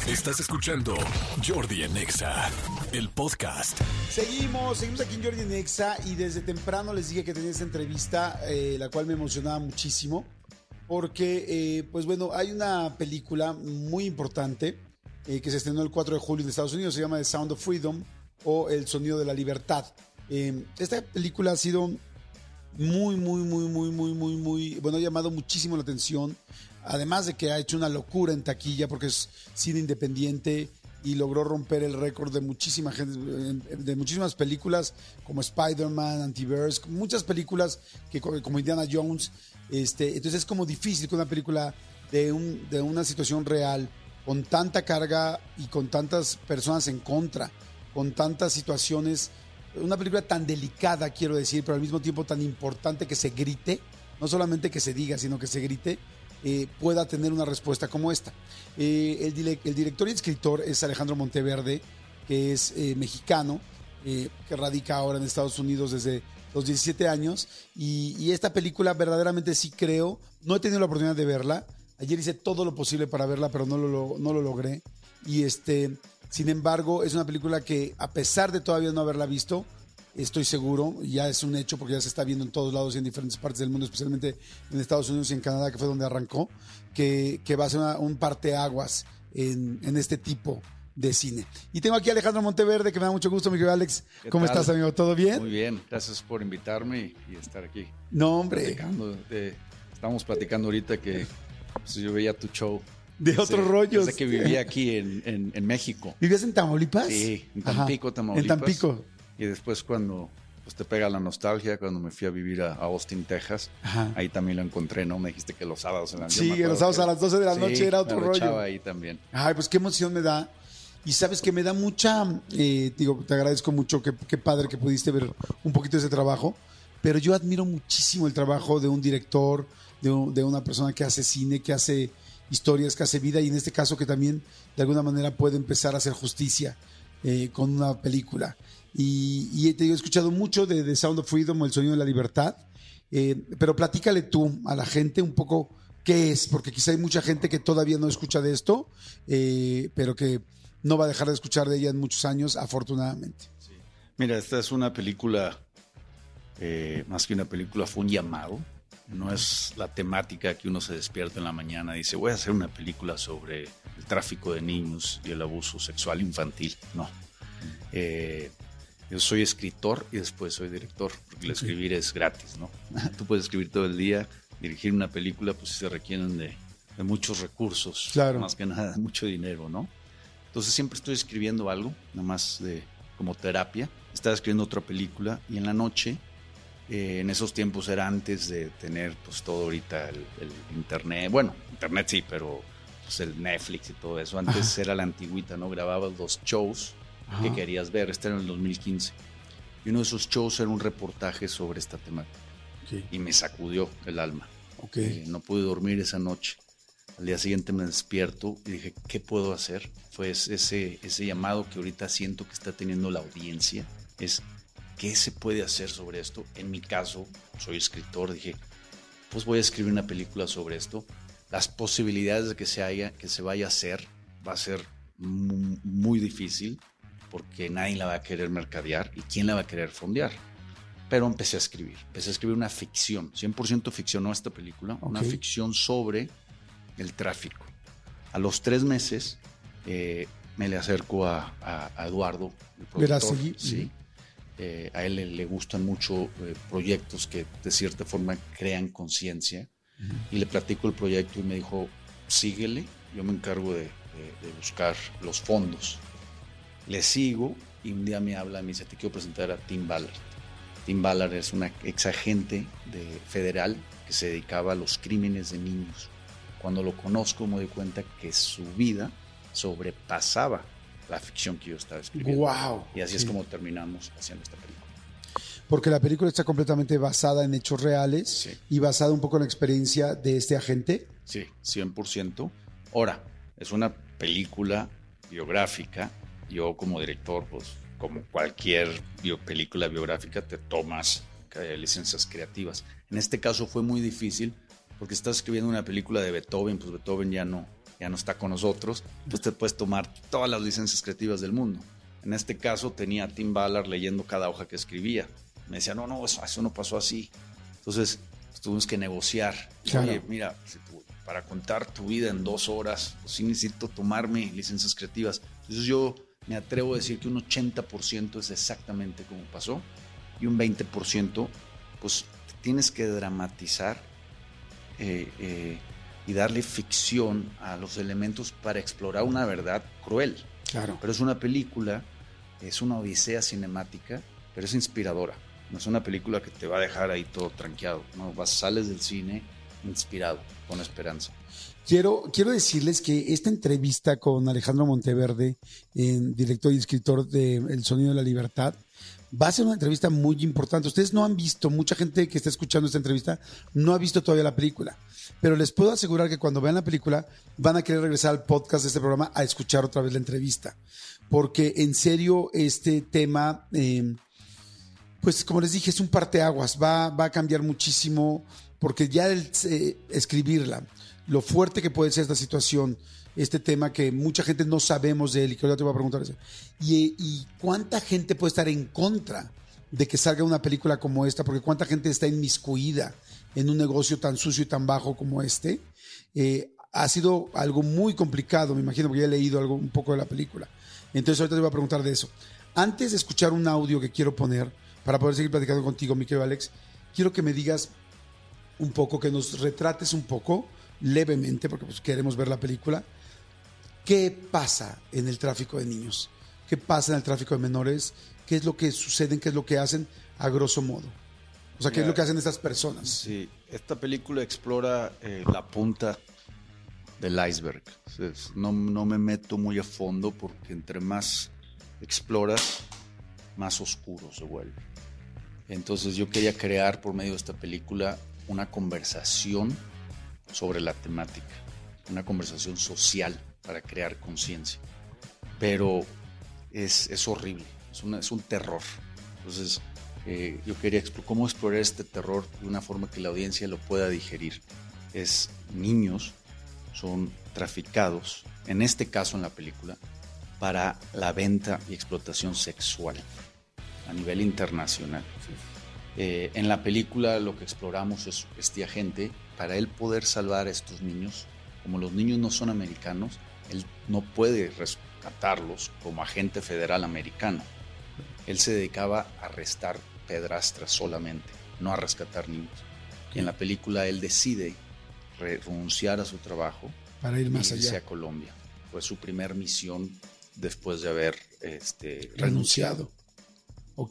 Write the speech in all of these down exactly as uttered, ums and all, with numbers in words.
Estás escuchando Jordi en Exa, el podcast. Seguimos, seguimos aquí en Jordi en Exa y desde temprano les dije que tenía esta entrevista, eh, la cual me emocionaba muchísimo, porque, eh, pues bueno, hay una película muy importante eh, que se estrenó el cuatro de julio en Estados Unidos, se llama The Sound of Freedom o El Sonido de la Libertad. Eh, esta película ha sido muy, muy, muy, muy, muy, muy, muy, bueno, ha llamado muchísimo la atención. Además de que ha hecho una locura en taquilla porque es cine independiente y logró romper el récord de muchísima gente, de muchísimas películas como Spider-Man, Antiverse, muchas películas que como Indiana Jones. Este, entonces es como difícil que una película de, un, de una situación real con tanta carga y con tantas personas en contra, con tantas situaciones, una película tan delicada, quiero decir, pero al mismo tiempo tan importante que se grite, no solamente que se diga, sino que se grite. Eh, pueda tener una respuesta como esta. Eh, el, dile- el director y escritor es Alejandro Monteverde, que es eh, mexicano, eh, que radica ahora en Estados Unidos desde los diecisiete años. Y, y esta película verdaderamente sí creo, no he tenido la oportunidad de verla. Ayer hice todo lo posible para verla, pero no lo, lo- no lo logré. Y este, sin embargo, es una película que, a pesar de todavía no haberla visto, estoy seguro, ya es un hecho porque ya se está viendo en todos lados y en diferentes partes del mundo, especialmente en Estados Unidos y en Canadá, que fue donde arrancó, que, que va a ser una- un parteaguas en, en este tipo de cine. Y tengo aquí a Alejandro Monteverde, que me da mucho gusto, mi querido Alex. ¿Qué ¿Cómo tal? estás, amigo? ¿Todo bien? Muy bien, gracias por invitarme y, y estar aquí. No, hombre, Platicando de- estamos platicando ahorita que pues, yo veía tu show. de desde- otros rollos. Desde que vivía aquí en, en- en México. ¿Vivías en Tamaulipas? Sí, en Ajá. Tampico, Tamaulipas. En Tampico. Y después cuando pues, te pega la nostalgia, cuando me fui a vivir a, a Austin, Texas, Ajá. ahí también lo encontré, ¿no? Me dijiste que los sábados en la Sí, yo me acuerdo los sábados que- a las doce de la Sí, noche era otro me lo rollo. echaba ahí también. Ay, pues qué emoción me da. Y sabes que me da mucha, eh, digo, te agradezco mucho, qué, qué padre que pudiste ver un poquito de ese trabajo, pero yo admiro muchísimo el trabajo de un director, de, un- de una persona que hace cine, que hace historias, que hace vida y en este caso que también de alguna manera puede empezar a hacer justicia eh, con una película. Y, y te digo, he escuchado mucho de The Sound of Freedom o El Sonido de la Libertad, eh, pero platícale tú a la gente un poco qué es, porque quizá hay mucha gente que todavía no escucha de esto, eh, pero que no va a dejar de escuchar de ella en muchos años, afortunadamente. Mira, esta es una película, eh, más que una película, fue un llamado. No es la temática que uno se despierta en la mañana y dice, voy a hacer una película sobre el tráfico de niños y el abuso sexual infantil. No. Eh, yo soy escritor y después soy director, porque el escribir es gratis, ¿no? Tú puedes escribir todo el día, dirigir una película, pues se requieren de, de muchos recursos, Claro. más que nada, de mucho dinero, ¿no? Entonces siempre estoy escribiendo algo, nada más de, como terapia. Estaba escribiendo otra película y en la noche, eh, en esos tiempos era antes de tener pues todo ahorita el, el internet. Bueno, internet sí, pero pues, el Netflix y todo eso. Antes Ajá. era la antigüita, ¿no? Grababas los shows Ajá. que querías ver. Este era en el dos mil quince. Y uno de esos shows era un reportaje sobre esta temática. Ok, Y me sacudió el alma. ok. Eh, no pude dormir esa noche. Al día siguiente me despierto y dije, ¿qué puedo hacer? Fue ese, ese llamado que ahorita siento que está teniendo la audiencia. Es, ¿qué se puede hacer sobre esto? En mi caso, soy escritor. Dije, pues voy a escribir una película sobre esto. Las posibilidades de que se, haya, que se vaya a hacer va a ser muy, muy difícil porque nadie la va a querer mercadear y quién la va a querer fondear. Pero empecé a escribir. Empecé a escribir una ficción, cien por ciento ficción, no esta película, una Ok. ficción sobre el tráfico. A los tres meses eh, me le acerco a, a, a Eduardo, el productor. Verástegui. Sí. Eh, a él le, le gustan mucho eh, proyectos que de cierta forma crean conciencia. Y le platico el proyecto y me dijo, síguele, yo me encargo de, de, de buscar los fondos. Le sigo y un día me habla y me dice, te quiero presentar a Tim Ballard. Tim Ballard es una ex agente de federal que se dedicaba a los crímenes de niños. Cuando lo conozco me doy cuenta que su vida sobrepasaba la ficción que yo estaba escribiendo. Wow. Y así Sí. es como terminamos haciendo esta película. Porque la película está completamente basada en hechos reales Sí. y basada un poco en la experiencia de este agente. Sí, cien por ciento. Ahora, es una película biográfica. Yo como director, pues como cualquier bio, película biográfica, te tomas eh, licencias creativas. En este caso fue muy difícil porque estás escribiendo una película de Beethoven, pues Beethoven ya no, ya no está con nosotros, pues te puedes tomar todas las licencias creativas del mundo. En este caso tenía a Tim Ballard leyendo cada hoja que escribía. Me decía, no, no, eso, eso no pasó así. Entonces tuvimos que negociar. Claro. Oye, mira, para contar tu vida en dos horas, pues sí necesito tomarme licencias creativas. Entonces yo me atrevo a decir que un ochenta por ciento es exactamente como pasó y un veinte por ciento pues tienes que dramatizar eh, eh, y darle ficción a los elementos para explorar una verdad cruel. Claro. Pero es una película, es una odisea cinemática, pero es inspiradora. No es una película que te va a dejar ahí todo tranqueado. No, vas, sales del cine inspirado, con esperanza. Quiero, quiero decirles que esta entrevista con Alejandro Monteverde, eh, director y escritor de El Sonido de la Libertad, va a ser una entrevista muy importante. Ustedes no han visto, mucha gente que está escuchando esta entrevista no ha visto todavía la película, pero les puedo asegurar que cuando vean la película van a querer regresar al podcast de este programa a escuchar otra vez la entrevista, porque en serio este tema, eh, pues como les dije, es un parteaguas, va, va a cambiar muchísimo, porque ya el eh, escribirla, lo fuerte que puede ser esta situación, este tema que mucha gente no sabemos de él, y que ahora te voy a preguntar eso. Y, y cuánta gente puede estar en contra de que salga una película como esta, porque cuánta gente está inmiscuida en un negocio tan sucio y tan bajo como este. Eh, ha sido algo muy complicado, me imagino, porque ya he leído algo un poco de la película. Entonces ahorita te voy a preguntar de eso. Antes de escuchar un audio que quiero poner, para poder seguir platicando contigo, mi querido Alex, quiero que me digas un poco, que nos retrates un poco, levemente, porque pues queremos ver la película, qué pasa en el tráfico de niños, qué pasa en el tráfico de menores, qué es lo que sucede, qué es lo que hacen a grosso modo. O sea, qué Mira, es lo que hacen estas personas. Sí, esta película explora eh, la punta del iceberg. Entonces, no, no me meto muy a fondo porque entre más exploras, más oscuro se vuelve. Entonces yo quería crear por medio de esta película una conversación sobre la temática, una conversación social para crear conciencia. Pero es, es horrible, es, una, es un terror. Entonces eh, yo quería explorar cómo explorar este terror de una forma que la audiencia lo pueda digerir. Es niños son traficados, en este caso en la película, para la venta y explotación sexual a nivel internacional. Sí. Eh, en la película lo que exploramos es este agente, para él poder salvar a estos niños, como los niños no son americanos, él no puede rescatarlos como agente federal americano. Él se dedicaba a arrestar pedrastras solamente, no a rescatar niños. Y en la película él decide renunciar a su trabajo para ir más y irse allá a Colombia. Fue su primer misión después de haber este, renunciado. renunciado. Ok.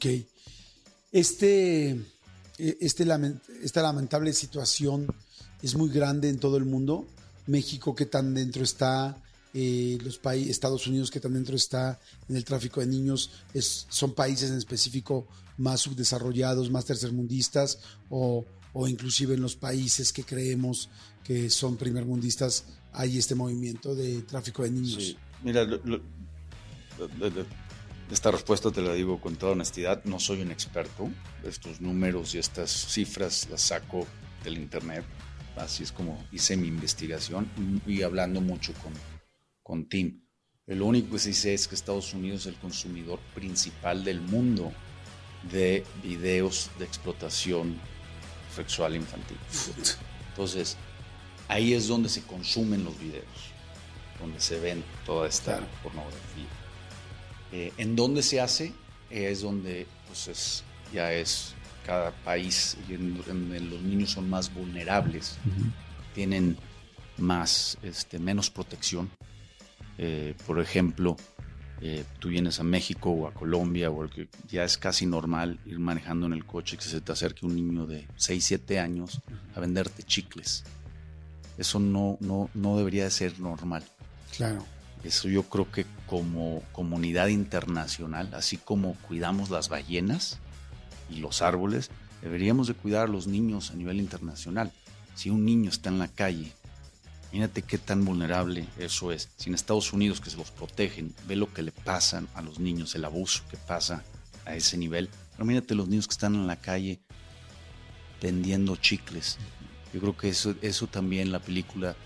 Este, este, esta lamentable situación es muy grande en todo el mundo. México, que tan dentro está, eh, los países, Estados Unidos, que tan dentro está en el tráfico de niños, es, son países en específico más subdesarrollados, más tercermundistas, o, o inclusive en los países que creemos que son primermundistas hay este movimiento de tráfico de niños. Sí. Mira, lo, lo, lo, lo, esta respuesta te la digo con toda honestidad, no soy un experto. Estos números y estas cifras las saco del internet, así es como hice mi investigación y hablando mucho con, con Tim. Lo único que sí sé es que Estados Unidos es el consumidor principal del mundo de videos de explotación sexual infantil. Entonces, ahí es donde se consumen los videos, donde se ven toda esta claro. pornografía. Eh, ¿En dónde se hace? Eh, es donde pues es, ya es cada país, en, en, los niños son más vulnerables, uh-huh. tienen más, este, menos protección. Eh, por ejemplo, eh, tú vienes a México o a Colombia, o que ya es casi normal ir manejando en el coche que se te acerque un niño de seis, siete años a venderte chicles. Eso no, no, no debería de ser normal. Claro. Eso yo creo que como comunidad internacional, así como cuidamos las ballenas y los árboles, deberíamos de cuidar a los niños a nivel internacional. Si un niño está en la calle, imagínate qué tan vulnerable eso es. Si en Estados Unidos, que se los protegen, ve lo que le pasan a los niños, el abuso que pasa a ese nivel. Pero imagínate los niños que están en la calle vendiendo chicles. Yo creo que eso, eso también la película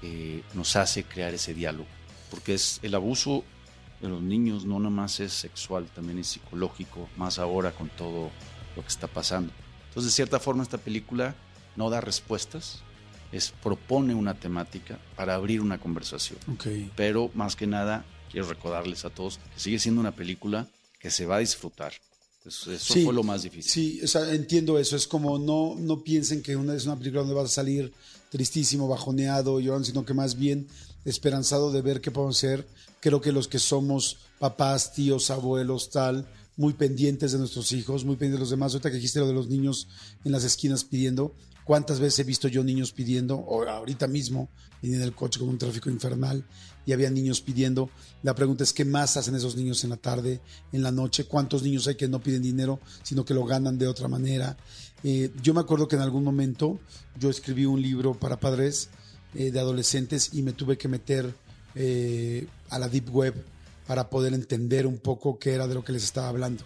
eh, nos hace crear ese diálogo, porque es el abuso de los niños no nada más es sexual, también es psicológico, más ahora con todo lo que está pasando. Entonces, de cierta forma, esta película no da respuestas, es propone una temática para abrir una conversación. Okay. Pero más que nada, quiero recordarles a todos que sigue siendo una película que se va a disfrutar. Eso, eso sí, fue lo más difícil. Sí, o sea, entiendo eso. Es como no, no piensen que una, es una película donde vas a salir tristísimo, bajoneado, llorando, sino que más bien esperanzado de ver qué podemos hacer. Creo que los que somos papás, tíos, abuelos, tal, muy pendientes de nuestros hijos, muy pendientes de los demás. Ahorita que dijiste lo de los niños en las esquinas pidiendo, ¿cuántas veces he visto yo niños pidiendo? O ahorita mismo, venía en el coche con un tráfico infernal y había niños pidiendo. La pregunta es, ¿qué más hacen esos niños en la tarde, en la noche? ¿Cuántos niños hay que no piden dinero, sino que lo ganan de otra manera? Eh, yo me acuerdo que en algún momento yo escribí un libro para padres eh, de adolescentes y me tuve que meter eh, a la Deep Web para poder entender un poco qué era de lo que les estaba hablando.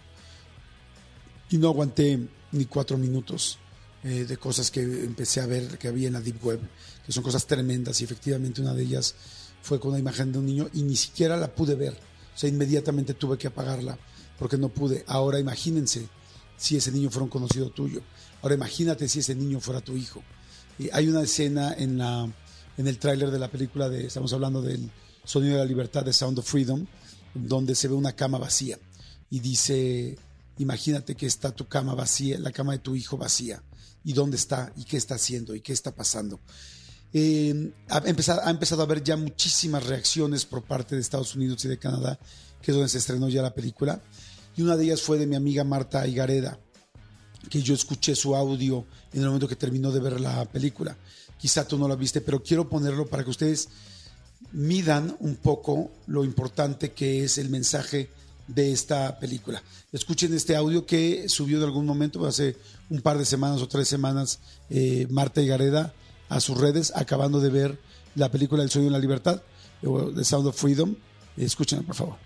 Y no aguanté ni cuatro minutos eh, de cosas que empecé a ver que había en la Deep Web, que son cosas tremendas, y efectivamente una de ellas fue con una imagen de un niño y ni siquiera la pude ver. O sea, inmediatamente tuve que apagarla porque no pude. Ahora imagínense si ese niño fuera un conocido tuyo. Ahora imagínate si ese niño fuera tu hijo. Y hay una escena en, la, en el tráiler de la película, de, estamos hablando del Sonido de la Libertad, de Sound of Freedom, donde se ve una cama vacía y dice, imagínate que está tu cama vacía, la cama de tu hijo vacía, y dónde está, y qué está haciendo, y qué está pasando. Eh, ha, empezado, ha empezado a haber ya muchísimas reacciones por parte de Estados Unidos y de Canadá, que es donde se estrenó ya la película, y una de ellas fue de mi amiga Marta Higareda, que yo escuché su audio en el momento que terminó de ver la película. Quizá tú no la viste, pero quiero ponerlo para que ustedes midan un poco lo importante que es el mensaje de esta película. Escuchen este audio que subió en algún momento, hace un par de semanas o tres semanas, eh, Marta Higareda a sus redes, acabando de ver la película El Sueño de la Libertad, The Sound of Freedom. Escúchenla, por favor.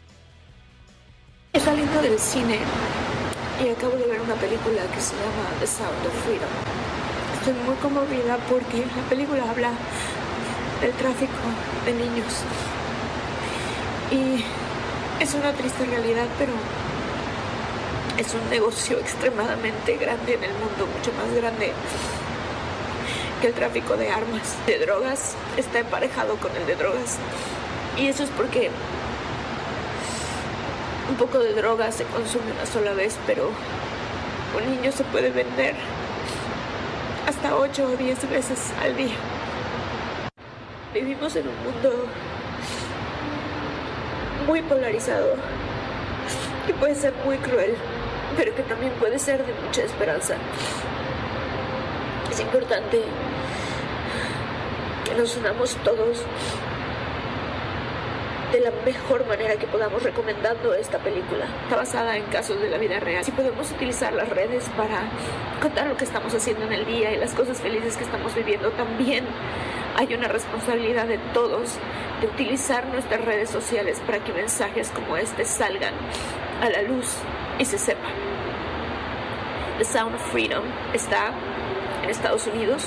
He salido del cine y acabo de ver una película que se llama The Sound of Freedom. Estoy muy conmovida porque la película habla del tráfico de niños y es una triste realidad, pero es un negocio extremadamente grande en el mundo, mucho más grande que el tráfico de armas, de drogas. Está emparejado con el de drogas, y eso es porque un poco de droga se consume una sola vez, pero un niño se puede vender hasta ocho o diez veces al día. Vivimos en un mundo muy polarizado, que puede ser muy cruel, pero que también puede ser de mucha esperanza. Es importante que nos unamos todos de la mejor manera que podamos, recomendando esta película. Está basada en casos de la vida real. Si podemos utilizar las redes para contar lo que estamos haciendo en el día y las cosas felices que estamos viviendo, también hay una responsabilidad de todos de utilizar nuestras redes sociales para que mensajes como este salgan a la luz y se sepan. The Sound of Freedom está en Estados Unidos.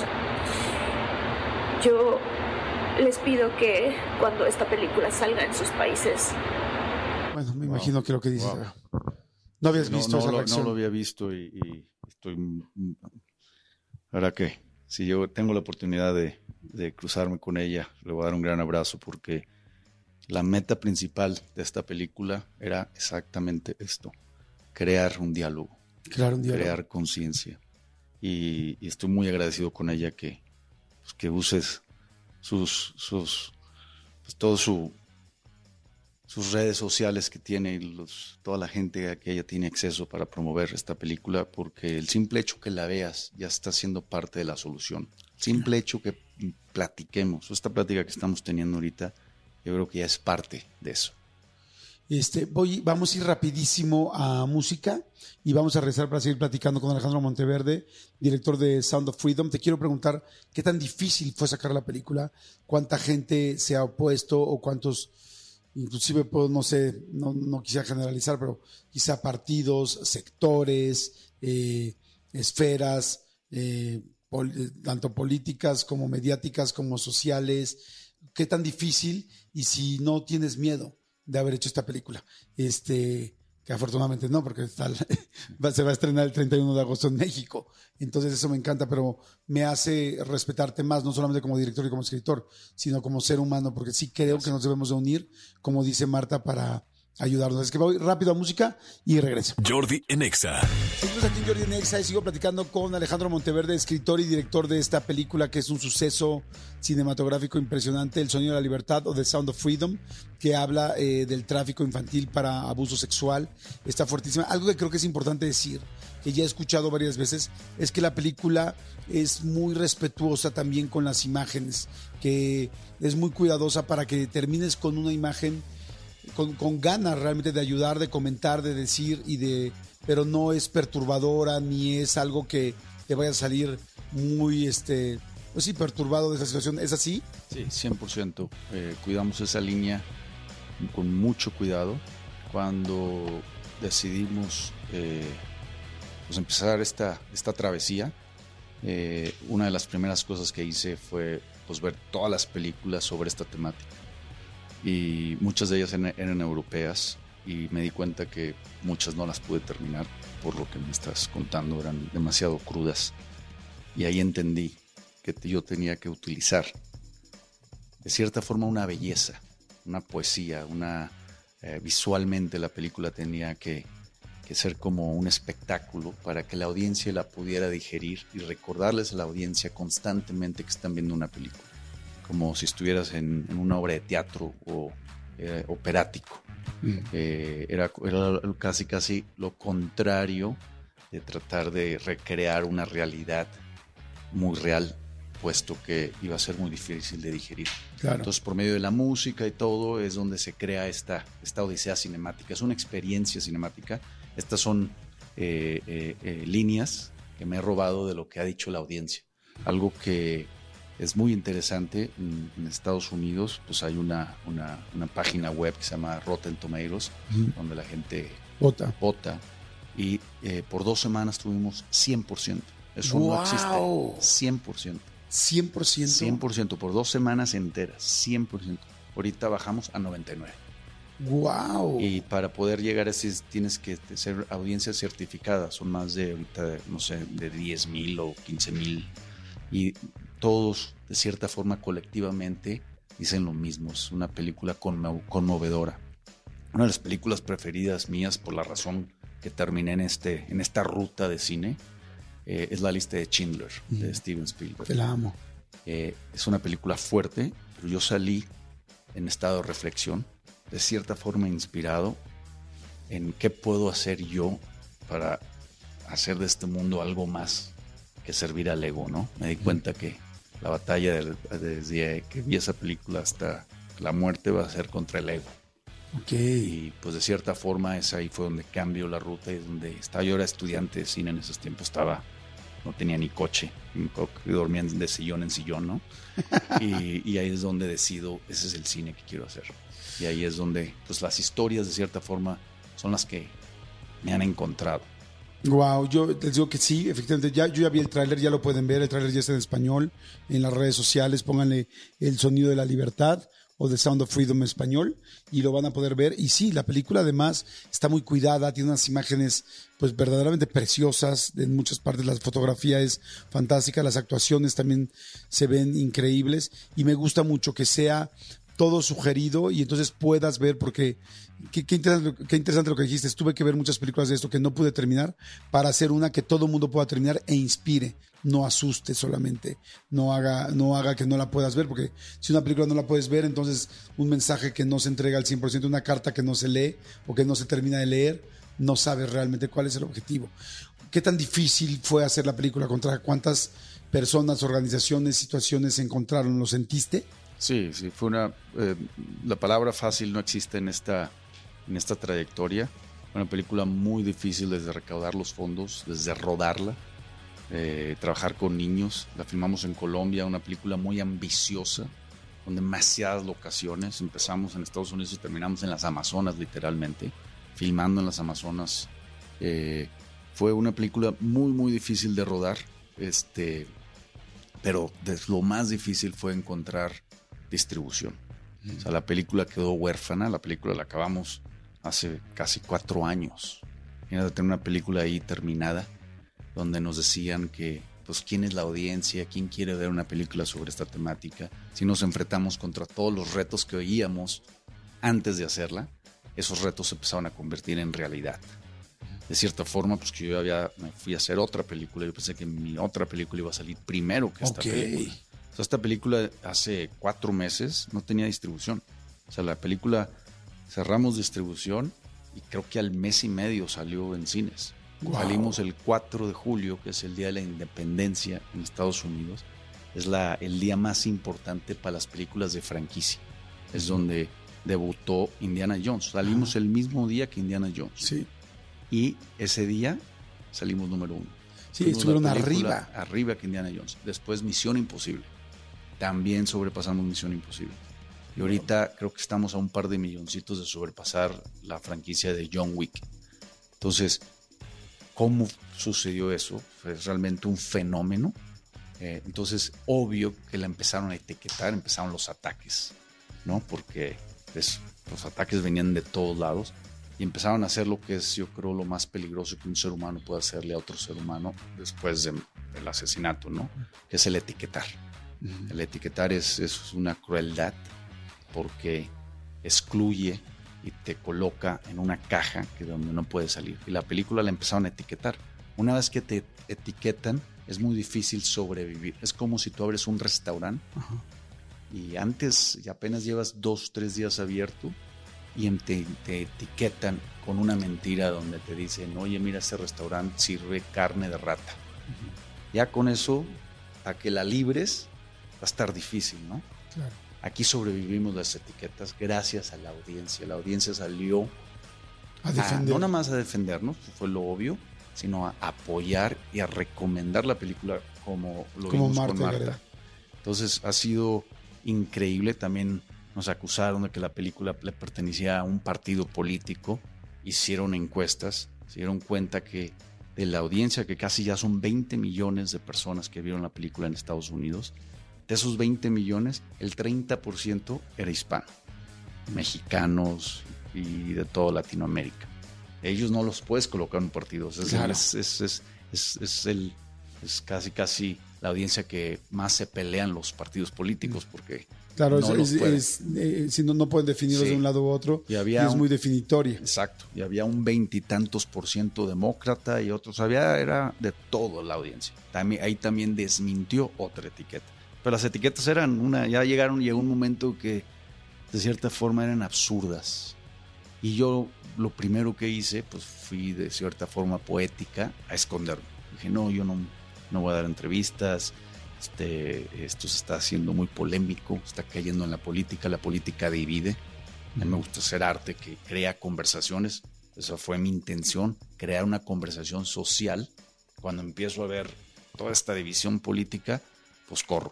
Yo les pido que cuando esta película salga en sus países. Bueno, me wow. imagino que lo que dices. Wow. No habías visto no, no, esa lo, reacción. No lo había visto y, y estoy. Ahora que si yo tengo la oportunidad de, de cruzarme con ella, le voy a dar un gran abrazo, porque la meta principal de esta película era exactamente esto: crear un diálogo, crear, un diálogo. crear conciencia. Y, y estoy muy agradecido con ella que, pues, que uses sus, sus pues todo su sus redes sociales que tiene, los, toda la gente a que ella tiene acceso para promover esta película, porque el simple hecho que la veas ya está siendo parte de la solución. El simple hecho que platiquemos, esta plática que estamos teniendo ahorita, yo creo que ya es parte de eso. Este, voy, vamos a ir rapidísimo a música y vamos a regresar para seguir platicando con Alejandro Monteverde, director de Sound of Freedom. Te quiero preguntar qué tan difícil fue sacar la película, cuánta gente se ha opuesto o cuántos, inclusive pues, no sé, no, no quisiera generalizar, pero quizá partidos, sectores, eh, esferas, eh, pol- tanto políticas como mediáticas como sociales. Qué tan difícil y si no tienes miedo de haber hecho esta película. Este, que afortunadamente no, porque está, se va a estrenar el treinta y uno de agosto en México. Entonces eso me encanta, pero me hace respetarte más, no solamente como director y como escritor, sino como ser humano, porque sí creo que nos debemos de unir, como dice Marta, para ayudarnos. Es que voy rápido a música y regreso. Jordi en Exa. Seguimos aquí en Jordi en Exa y sigo platicando con Alejandro Monteverde, escritor y director de esta película que es un suceso cinematográfico impresionante, El Sonido de la Libertad o The Sound of Freedom, que habla eh, del tráfico infantil para abuso sexual. Está fuertísima. Algo que creo que es importante decir, que ya he escuchado varias veces, es que la película es muy respetuosa también con las imágenes, que es muy cuidadosa para que termines con una imagen Con, con ganas realmente de ayudar, de comentar, de decir, y de, pero no es perturbadora ni es algo que te vaya a salir muy, este, pues sí, perturbado de esa situación. ¿Es así? Sí, cien por ciento. Eh, cuidamos esa línea con mucho cuidado. Cuando decidimos eh, pues empezar esta, esta travesía, eh, una de las primeras cosas que hice fue pues, ver todas las películas sobre esta temática. Y muchas de ellas eran europeas y me di cuenta que muchas no las pude terminar por lo que me estás contando, eran demasiado crudas. Y ahí entendí que yo tenía que utilizar de cierta forma una belleza, una poesía, una eh, visualmente la película tenía que, que ser como un espectáculo para que la audiencia la pudiera digerir y recordarles a la audiencia constantemente que están viendo una película, como si estuvieras en, en una obra de teatro o eh, operático. Mm. Eh, era, era casi casi lo contrario de tratar de recrear una realidad muy real, puesto que iba a ser muy difícil de digerir. Claro. Entonces, por medio de la música y todo, es donde se crea esta, esta odisea cinemática. Es una experiencia cinemática. Estas son eh, eh, eh, líneas que me he robado de lo que ha dicho la audiencia. Algo que es muy interesante. En, en Estados Unidos pues hay una, una, una página web que se llama Rotten Tomatoes, uh-huh. donde la gente vota. vota y eh, por dos semanas tuvimos cien por ciento. Eso wow. no existe. cien por ciento. cien por ciento. cien por ciento por dos semanas enteras. cien por ciento. Ahorita bajamos a noventa y nueve. Wow. Y para poder llegar a ese tienes que ser audiencia certificada. Son más de ahorita, no sé, de diez mil o quince mil. Y todos, de cierta forma, colectivamente, dicen lo mismo. Es una película conmo- conmovedora. Una de las películas preferidas mías, por la razón que terminé en, este, en esta ruta de cine, eh, es La lista de Schindler, mm. de Steven Spielberg. Te la amo. Eh, es una película fuerte, pero yo salí en estado de reflexión, de cierta forma inspirado en qué puedo hacer yo para hacer de este mundo algo más que servir al ego, ¿no? Me di cuenta que la batalla de, desde que vi esa película hasta la muerte va a ser contra el ego. Okay. Y pues de cierta forma es ahí fue donde cambio la ruta y donde estaba. Yo era estudiante de cine en esos tiempos, estaba, no tenía ni coche, dormía de sillón en sillón, ¿no? y, y ahí es donde decido, ese es el cine que quiero hacer. Y ahí es donde pues las historias de cierta forma son las que me han encontrado. Wow, yo les digo que sí, efectivamente, ya, yo ya vi el tráiler, ya lo pueden ver, el tráiler ya está en español, en las redes sociales, pónganle El Sonido de la Libertad o The Sound of Freedom en español y lo van a poder ver. Y sí, la película además está muy cuidada, tiene unas imágenes pues verdaderamente preciosas, en muchas partes la fotografía es fantástica, las actuaciones también se ven increíbles y me gusta mucho que sea todo sugerido y entonces puedas ver, porque qué, qué, interesante, qué interesante lo que dijiste. Tuve que ver muchas películas de esto que no pude terminar para hacer una que todo el mundo pueda terminar e inspire, no asuste solamente, no haga, no haga que no la puedas ver, porque si una película no la puedes ver, entonces un mensaje que no se entrega al cien por ciento, una carta que no se lee o que no se termina de leer, no sabes realmente cuál es el objetivo. ¿Qué tan difícil fue hacer la película? ¿Contra cuántas personas, organizaciones, situaciones se encontraron? ¿Lo sentiste? Sí, sí, fue una... Eh, la palabra fácil no existe en esta, en esta trayectoria. Una película muy difícil desde recaudar los fondos, desde rodarla, eh, trabajar con niños. La filmamos en Colombia, una película muy ambiciosa, con demasiadas locaciones. Empezamos en Estados Unidos y terminamos en las Amazonas, literalmente, filmando en las Amazonas. Eh, fue una película muy, muy difícil de rodar. Este... pero lo más difícil fue encontrar distribución. O sea, la película quedó huérfana, la película la acabamos hace casi cuatro años. Imagínate tener una película ahí terminada, donde nos decían que, pues, quién es la audiencia, quién quiere ver una película sobre esta temática. Si nos enfrentamos contra todos los retos que oíamos antes de hacerla, esos retos se empezaron a convertir en realidad. De cierta forma, pues que yo había, me fui a hacer otra película, yo pensé que mi otra película iba a salir primero que esta Ok. película. O sea, esta película hace cuatro meses no tenía distribución. O sea, la película cerramos distribución y creo que al mes y medio salió en cines. Wow. Salimos el cuatro de julio, que es el Día de la Independencia en Estados Unidos. Es la, el día más importante para las películas de franquicia. Es donde debutó Indiana Jones. Salimos el mismo día que Indiana Jones. Sí. Y ese día salimos número uno. Sí, Fuimos estuvieron la película arriba. Arriba que Indiana Jones. Después Misión Imposible. También sobrepasamos Misión Imposible. Y ahorita creo que estamos a un par de milloncitos de sobrepasar la franquicia de John Wick. Entonces, ¿cómo sucedió eso? Fue realmente un fenómeno. Eh, entonces, obvio que la empezaron a etiquetar, empezaron los ataques, ¿no? Porque pues, los ataques venían de todos lados y empezaron a hacer lo que es, yo creo, lo más peligroso que un ser humano puede hacerle a otro ser humano después de, del asesinato, ¿no? Que es el etiquetar. Uh-huh. El etiquetar es, es una crueldad porque excluye y te coloca en una caja que donde no puedes salir. Y la película la empezaron a etiquetar. Una vez que te etiquetan, es muy difícil sobrevivir. Es como si tú abres un restaurante uh-huh. y antes, y apenas llevas dos, tres días abierto y te, te etiquetan con una mentira donde te dicen, oye, mira, este restaurante sirve carne de rata. Uh-huh. Ya con eso, a que la libres, va a estar difícil, ¿no? Claro. Aquí sobrevivimos las etiquetas gracias a la audiencia. La audiencia salió a defender. A, no nada más a defendernos, fue lo obvio, sino a apoyar y a recomendar la película como lo como vimos Marta con Marta. Gareda. Entonces ha sido increíble. También nos acusaron de que la película le pertenecía a un partido político. Hicieron encuestas, se dieron cuenta que de la audiencia, que casi ya son veinte millones de personas que vieron la película en Estados Unidos, de esos veinte millones, el treinta por ciento era hispano, mexicanos y de toda Latinoamérica. Ellos no los puedes colocar en partidos. Es, claro. es, es, es, es, es, el, es casi casi la audiencia que más se pelean los partidos políticos porque claro, no es, los es, es, eh, si no, no pueden definirlos sí. de un lado u otro y, había y es un, muy definitoria. Exacto, y había un veintitantos por ciento demócrata y otros, había, era de toda la audiencia. También, ahí también desmintió otra etiqueta. Pero las etiquetas eran una, ya llegaron, llegó un momento que de cierta forma eran absurdas. Y yo lo primero que hice, pues fui de cierta forma poética a esconderme. Dije, no, yo no, no voy a dar entrevistas, este, esto se está haciendo muy polémico, está cayendo en la política, la política divide. A mí me gusta hacer arte que crea conversaciones, esa fue mi intención, crear una conversación social. Cuando empiezo a ver toda esta división política, pues corro.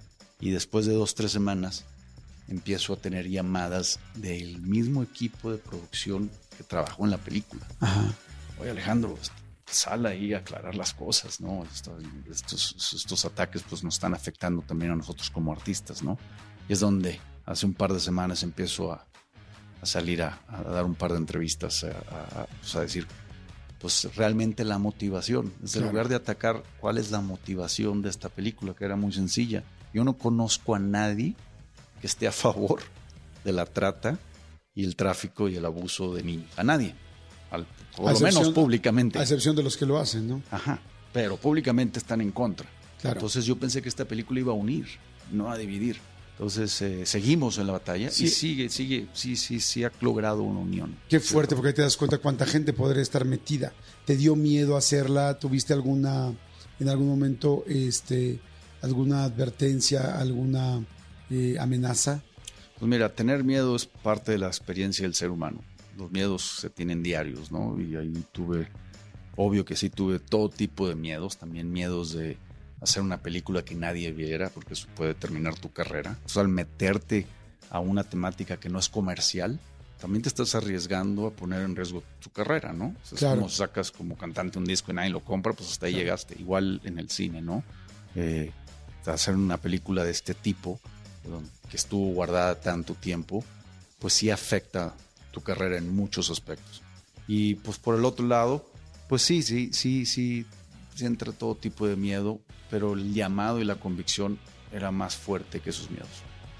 Y después de dos, tres semanas, empiezo a tener llamadas del mismo equipo de producción que trabajó en la película. Ajá. Oye, Alejandro, sal ahí a aclarar las cosas, ¿no? Estos, estos, estos ataques pues nos están afectando también a nosotros como artistas, ¿no? Y es donde hace un par de semanas empiezo a, a salir a, a dar un par de entrevistas, a, a, pues a decir, pues realmente la motivación. Desde claro. lugar de atacar cuál es la motivación de esta película, que era muy sencilla. Yo no conozco a nadie que esté a favor de la trata y el tráfico y el abuso de niños. A nadie. Al, por lo menos públicamente. A excepción de los que lo hacen, ¿no? Ajá. Pero públicamente están en contra. Claro. Entonces yo pensé que esta película iba a unir, no a dividir. Entonces eh, seguimos en la batalla sí. y sigue, sigue, sí, sí, sí ha logrado una unión. Qué fuerte, porque ahí te das cuenta cuánta gente podría estar metida. ¿Te dio miedo hacerla? ¿Tuviste alguna, en algún momento, este... alguna advertencia, alguna eh, amenaza? Pues mira, tener miedo es parte de la experiencia del ser humano. Los miedos se tienen diarios, ¿no? Y ahí tuve, obvio que sí tuve todo tipo de miedos, también miedos de hacer una película que nadie viera, porque eso puede terminar tu carrera. O sea, al meterte a una temática que no es comercial, también te estás arriesgando a poner en riesgo tu carrera, ¿no? O sea, claro. Es como sacas como cantante un disco y nadie lo compra, pues hasta ahí claro. llegaste. Igual en el cine, ¿no? Eh, hacer una película de este tipo, que estuvo guardada tanto tiempo, pues sí afecta tu carrera en muchos aspectos. Y pues por el otro lado, pues sí, sí, sí, sí, sí entra todo tipo de miedo, pero el llamado y la convicción era más fuerte que esos miedos.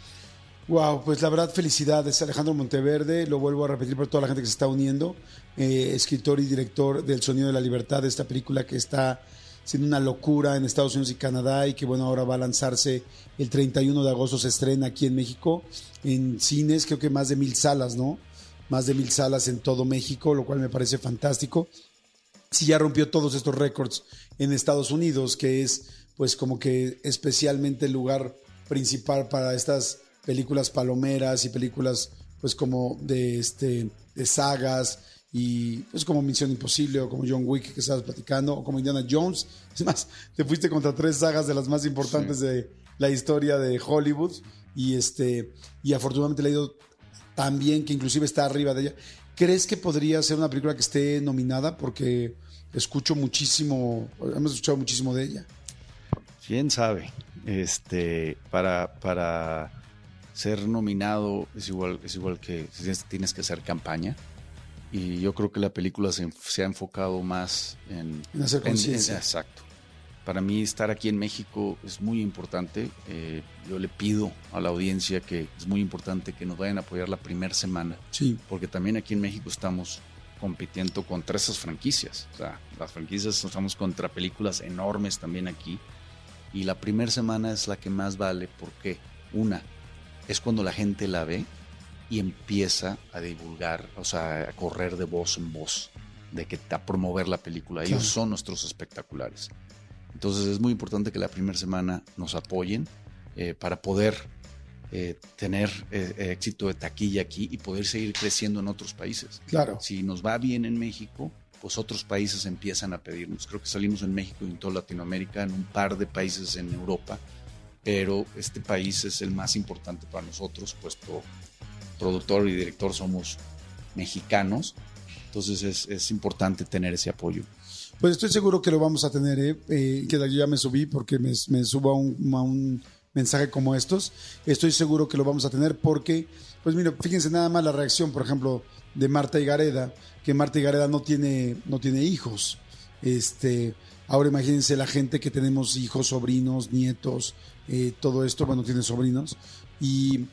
Wow, pues la verdad, felicidades, Alejandro Monteverde. Lo vuelvo a repetir por toda la gente que se está uniendo. Eh, escritor y director del Sonido de la Libertad, de esta película que está siendo una locura en Estados Unidos y Canadá y que bueno, ahora va a lanzarse el treinta y uno de agosto, se estrena aquí en México, en cines, creo que más de mil salas, ¿no? Más de mil salas en todo México, lo cual me parece fantástico. Sí, ya rompió todos estos récords en Estados Unidos, que es pues como que especialmente el lugar principal para estas películas palomeras y películas pues como de, este, de sagas y pues como Misión Imposible o como John Wick que estabas platicando o como Indiana Jones. Es más, te fuiste contra tres sagas de las más importantes sí. de la historia de Hollywood y, este, y afortunadamente le ha ido tan bien que inclusive está arriba de ella. ¿Crees que podría ser una película que esté nominada? Porque escucho muchísimo, hemos escuchado muchísimo de ella. ¿Quién sabe? Este, para, para ser nominado es igual, es igual que tienes que hacer campaña. Y yo creo que la película se, se ha enfocado más en... En hacer conciencia. Exacto. Para mí estar aquí en México es muy importante. Eh, yo le pido a la audiencia que es muy importante que nos vayan a apoyar la primera semana. Sí. Porque también aquí en México estamos compitiendo contra esas franquicias. O sea, las franquicias estamos contra películas enormes también aquí. Y la primera semana es la que más vale porque, una, es cuando la gente la ve y empieza a divulgar, o sea, a correr de voz en voz, de que a promover la película. Ellos claro. son nuestros espectaculares. Entonces es muy importante que la primera semana nos apoyen eh, para poder eh, tener eh, éxito de taquilla aquí y poder seguir creciendo en otros países. Claro. Si nos va bien en México, pues otros países empiezan a pedirnos. Creo que salimos en México y en toda Latinoamérica, en un par de países en Europa, pero este país es el más importante para nosotros, puesto productor y director somos mexicanos, entonces es, es importante tener ese apoyo. Pues estoy seguro que lo vamos a tener, ¿eh? Eh, que yo ya me subí porque me, me subo a un, a un mensaje como estos, estoy seguro que lo vamos a tener porque, pues mira, fíjense nada más la reacción, por ejemplo, de Marta Higareda, que Marta Higareda no tiene, no tiene hijos, este, ahora imagínense la gente que tenemos hijos, sobrinos, nietos, eh, todo esto, bueno, tiene sobrinos, y...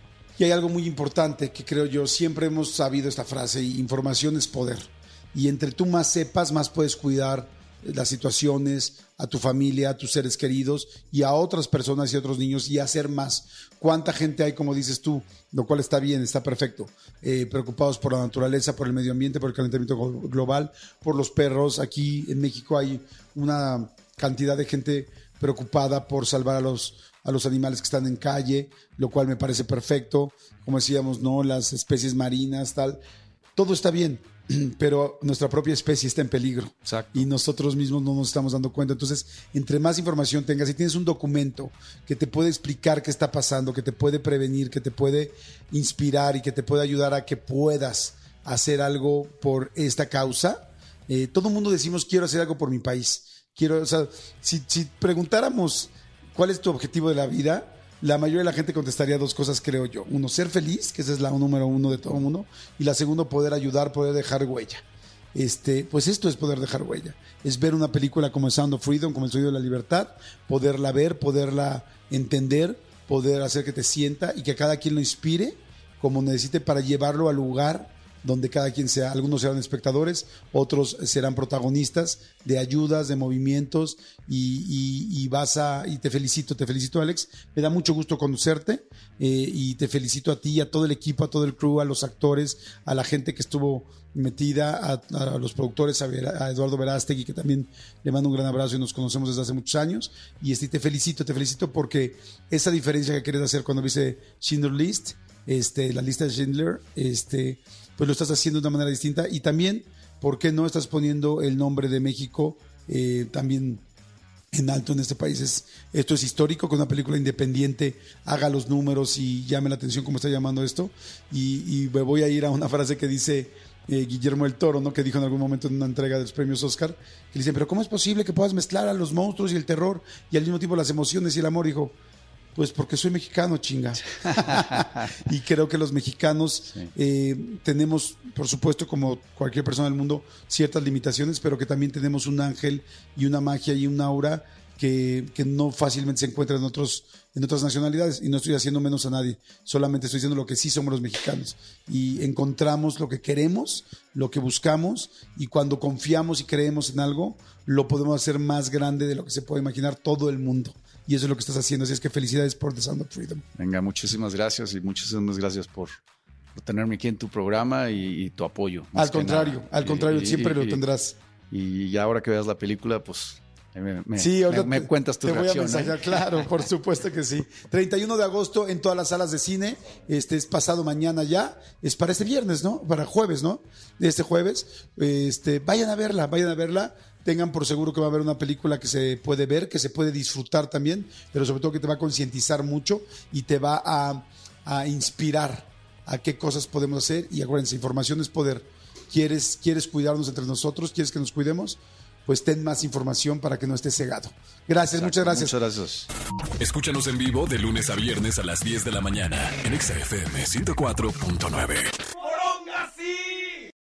Y hay algo muy importante que creo yo, siempre hemos sabido esta frase, información es poder. Y entre tú más sepas, más puedes cuidar las situaciones, a tu familia, a tus seres queridos y a otras personas y a otros niños y hacer más. ¿Cuánta gente hay, como dices tú, lo cual está bien, está perfecto, eh, preocupados por la naturaleza, por el medio ambiente, por el calentamiento global, por los perros? Aquí en México hay una cantidad de gente preocupada por salvar a los a los animales que están en calle, lo cual me parece perfecto, como decíamos, ¿no? Las especies marinas, tal, todo está bien, pero nuestra propia especie está en peligro. Exacto. Y nosotros mismos no nos estamos dando cuenta. Entonces, entre más información tengas, si tienes un documento que te puede explicar qué está pasando, que te puede prevenir, que te puede inspirar y que te puede ayudar a que puedas hacer algo por esta causa, eh, todo el mundo decimos, quiero hacer algo por mi país. Quiero, o sea, si, si preguntáramos ¿cuál es tu objetivo de la vida? La mayoría de la gente contestaría dos cosas, creo yo. Uno, ser feliz, que esa es la número uno de todo el mundo. Y la segunda, poder ayudar, poder dejar huella. Este, pues esto es poder dejar huella. Es ver una película como Sound of Freedom, como El Sonido de la Libertad, poderla ver, poderla entender, poder hacer que te sienta y que cada quien lo inspire como necesite para llevarlo al lugar donde cada quien sea. Algunos serán espectadores, otros serán protagonistas de ayudas, de movimientos y, y, y vas a, y te felicito, te felicito Alex, me da mucho gusto conocerte eh, y te felicito a ti, a todo el equipo, a todo el crew, a los actores, a la gente que estuvo metida, a, a los productores, a, Vera, a Eduardo Verástegui, que también le mando un gran abrazo y nos conocemos desde hace muchos años, y este, te felicito, te felicito porque esa diferencia que quieres hacer cuando viste Schindler's List, este, la lista de Schindler, este pues lo estás haciendo de una manera distinta y también, ¿por qué no estás poniendo el nombre de México eh, también en alto en este país? Es, esto es histórico, que una película independiente haga los números y llame la atención como está llamando esto. Y, y me voy a ir a una frase que dice eh, Guillermo del Toro, ¿no? Que dijo en algún momento en una entrega de los premios Oscar, que le dicen, pero ¿cómo es posible que puedas mezclar a los monstruos y el terror y al mismo tiempo las emociones y el amor? Dijo, pues porque soy mexicano, chinga. Y creo que los mexicanos sí. eh, tenemos, por supuesto, como cualquier persona del mundo, ciertas limitaciones, pero que también tenemos un ángel y una magia y un aura que, que no fácilmente se encuentra en otros, en otras nacionalidades. Y no estoy haciendo menos a nadie, solamente estoy diciendo lo que sí somos los mexicanos. Y encontramos lo que queremos, lo que buscamos, y cuando confiamos y creemos en algo, lo podemos hacer más grande de lo que se puede imaginar todo el mundo. Y eso es lo que estás haciendo. Así es que felicidades por The Sound of Freedom. Venga, muchísimas gracias y muchísimas gracias por, por tenerme aquí en tu programa y, y tu apoyo. Al contrario, al contrario, y, siempre y, lo tendrás. Y ya ahora que veas la película, pues me, me, sí, me, me cuentas tu te reacción. Te voy a mensajear, ¿eh? Claro, por supuesto que sí. treinta y uno de agosto en todas las salas de cine. Este es pasado mañana ya. Es para este viernes, ¿no? Para jueves, ¿no? Este jueves. Este, vayan a verla, vayan a verla. Tengan por seguro que va a haber una película que se puede ver, que se puede disfrutar también, pero sobre todo que te va a concientizar mucho y te va a, a inspirar a qué cosas podemos hacer. Y acuérdense, información es poder. ¿Quieres, ¿Quieres cuidarnos entre nosotros? ¿Quieres que nos cuidemos? Pues ten más información para que no estés cegado. Gracias, Exacto, muchas gracias. Muchas gracias. Escúchanos en vivo de lunes a viernes a las diez de la mañana en Exa F M ciento cuatro punto nueve.